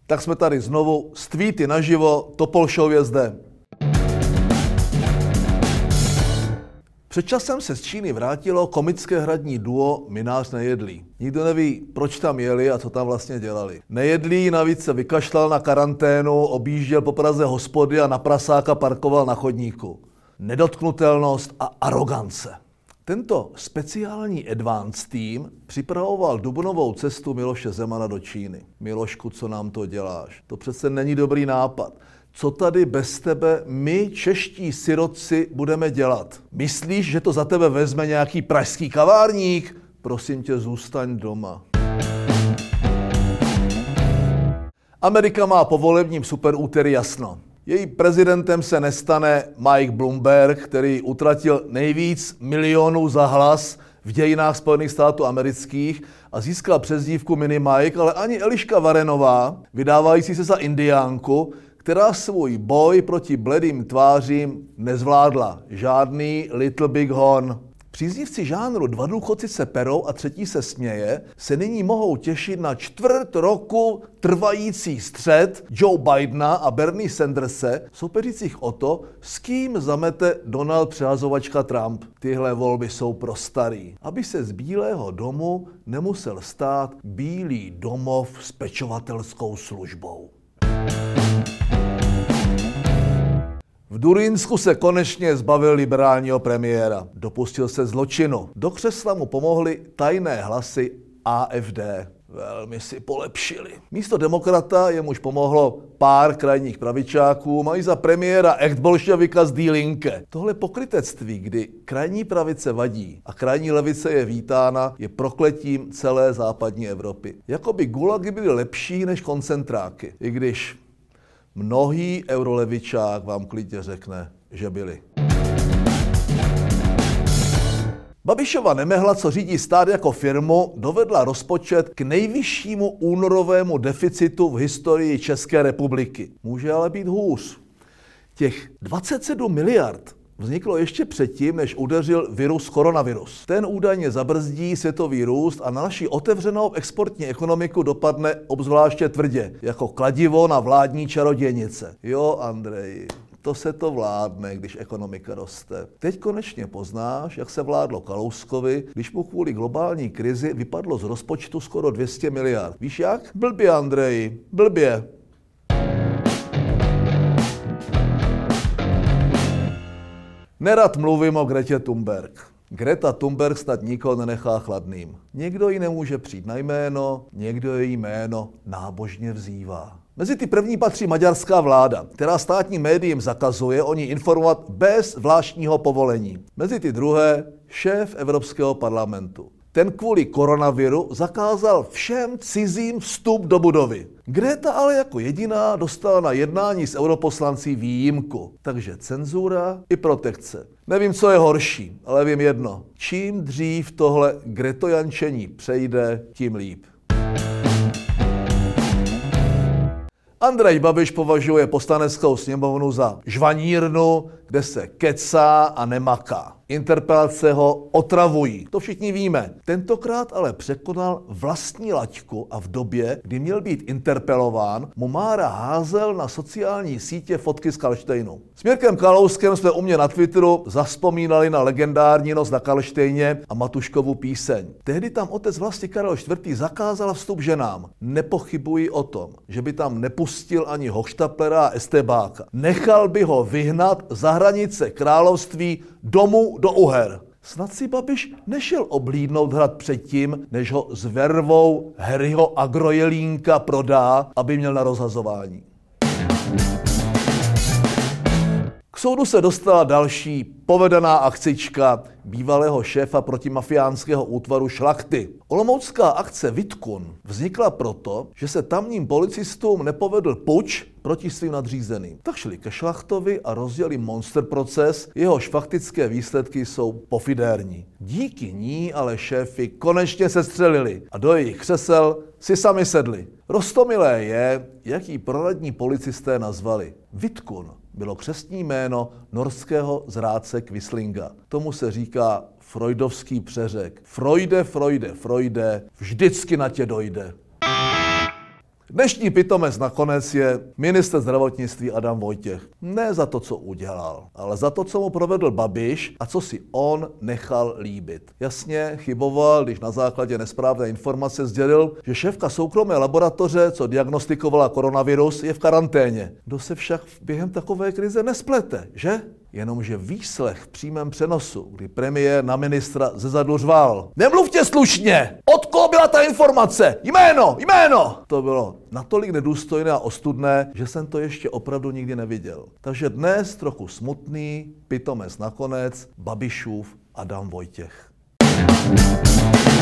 Tak jsme tady znovu, s tweety naživo, Topol Show je zde. Před časem se z Číny vrátilo komické hradní duo Mynář Nejedlý. Nikdo neví, proč tam jeli a co tam vlastně dělali. Nejedlý navíc se vykašlal na karanténu, objížděl po Praze hospody a na prasáka parkoval na chodníku. Nedotknutelnost a arogance. Tento speciální advanced tým připravoval dubnovou cestu Miloše Zemana do Číny. Milošku, co nám to děláš? To přece není dobrý nápad. Co tady bez tebe my, čeští sirotci, budeme dělat? Myslíš, že to za tebe vezme nějaký pražský kavárník? Prosím tě, zůstaň doma. Amerika má po volebním superúterý jasno. Její prezidentem se nestane Mike Bloomberg, který utratil nejvíc milionů za hlas v dějinách Spojených států amerických a získal přezdívku Mini Mike, ale ani Eliška Varenová, vydávající se za indiánku, která svůj boj proti bledým tvářím nezvládla. Žádný Little Big Horn. Příznivci žánru Dva důchodci se perou a třetí se směje se nyní mohou těšit na čtvrt roku trvající střet Joe Bidena a Bernie Sanderse, soupeřících o to, s kým zamete Donald přehazovačka Trump. Tyhle volby jsou pro starý. Aby se z Bílého domu nemusel stát Bílý domov s pečovatelskou službou. V Durýnsku se konečně zbavil liberálního premiéra. Dopustil se zločinu. Do křesla mu pomohly tajné hlasy AfD. Velmi si polepšili. Místo demokrata jemuž pomohlo pár krajních pravičáků, mají za premiéra ex-bolševika z Die Linke. Tohle pokrytectví, kdy krajní pravice vadí a krajní levice je vítána, je prokletím celé západní Evropy. Jakoby gulagy byly lepší než koncentráky, i když mnohý eurolevičák vám klidně řekne, že byli. Babišova nemehla, co řídí stát jako firmu, dovedla rozpočet k nejvyššímu únorovému deficitu v historii České republiky. Může ale být hůř. Těch 27 miliard vzniklo ještě předtím, než udeřil koronavirus. Ten údajně zabrzdí světový růst a na naši otevřenou exportní ekonomiku dopadne obzvláště tvrdě, jako kladivo na vládní čarodějnice. Jo, Andrej, to se to vládne, když ekonomika roste. Teď konečně poznáš, jak se vládlo Kalouskovi, když mu kvůli globální krizi vypadlo z rozpočtu skoro 200 miliard. Víš jak? Blbě, Andrej, blbě. Nerad mluvím o Gretě Thunberg. Greta Thunberg snad nikoho nenechá chladným. Někdo ji nemůže přijít na jméno, někdo její jméno nábožně vzývá. Mezi ty první patří maďarská vláda, která státním médiím zakazuje o ní informovat bez zvláštního povolení. Mezi ty druhé šéf Evropského parlamentu. Ten kvůli koronaviru zakázal všem cizím vstup do budovy. Greta ale jako jediná dostala na jednání s europoslanci výjimku. Takže cenzura i protekce. Nevím, co je horší, ale vím jedno. Čím dřív tohle gretojančení přejde, tím líp. Andrej Babiš považuje poslaneckou sněmovnu za žvanírnu, kde se kecá a nemaká. Interpelace ho otravují, to všichni víme. Tentokrát ale překonal vlastní laťku a v době, kdy měl být interpelován, mu Mára házel na sociální sítě fotky z Karlštejnu. S Mirkem Kalouskem jsme u mě na Twitteru zavzpomínali na legendární noc na Karlštejně a Matuškovu píseň. Tehdy tam otec vlasti Karel IV. Zakázal vstup ženám. Nepochybuji o tom, že by tam nepustil ani Hochštaplera a Estebáka. Nechal by ho vyhnat za hranice království domů do Uher. Snad si Babiš nešel oblídnout hrad předtím, než ho s vervou Harryho Agrojelínka prodá, aby měl na rozhazování. K soudu se dostala další povedená akcička bývalého šéfa protimafiánského útvaru Šlachty. Olomoucká akce Vitkun vznikla proto, že se tamním policistům nepovedl puč proti svým nadřízeným. Tak šli ke Šlachtovi a rozjeli monster proces, jehož faktické výsledky jsou pofidérní. Díky ní ale šéfy konečně sestřelili a do jejich křesel si sami sedli. Roztomilé je, jak ji proradní policisté nazvali. Vitkun bylo křestní jméno norského zrádce Quislinga. Tomu se říká freudovský přeřek. Freude, Freude, Freude, vždycky na tě dojde. Dnešní pitomec nakonec je ministr zdravotnictví Adam Vojtěch. Ne za to, co udělal, ale za to, co mu provedl Babiš a co si on nechal líbit. Jasně, chyboval, když na základě nesprávné informace sdělil, že šéfka soukromé laboratoře, co diagnostikovala koronavirus, je v karanténě. Kdo se však během takové krize nesplete, že? Jenomže výslech v přímém přenosu, kdy premiér na ministra zezadu řval: Nemluvte slušně! Od koho byla ta informace? Jméno! To bylo natolik nedůstojné a ostudné, že jsem to ještě opravdu nikdy neviděl. Takže dnes trochu smutný pitomec nakonec Babišův Adam Vojtěch.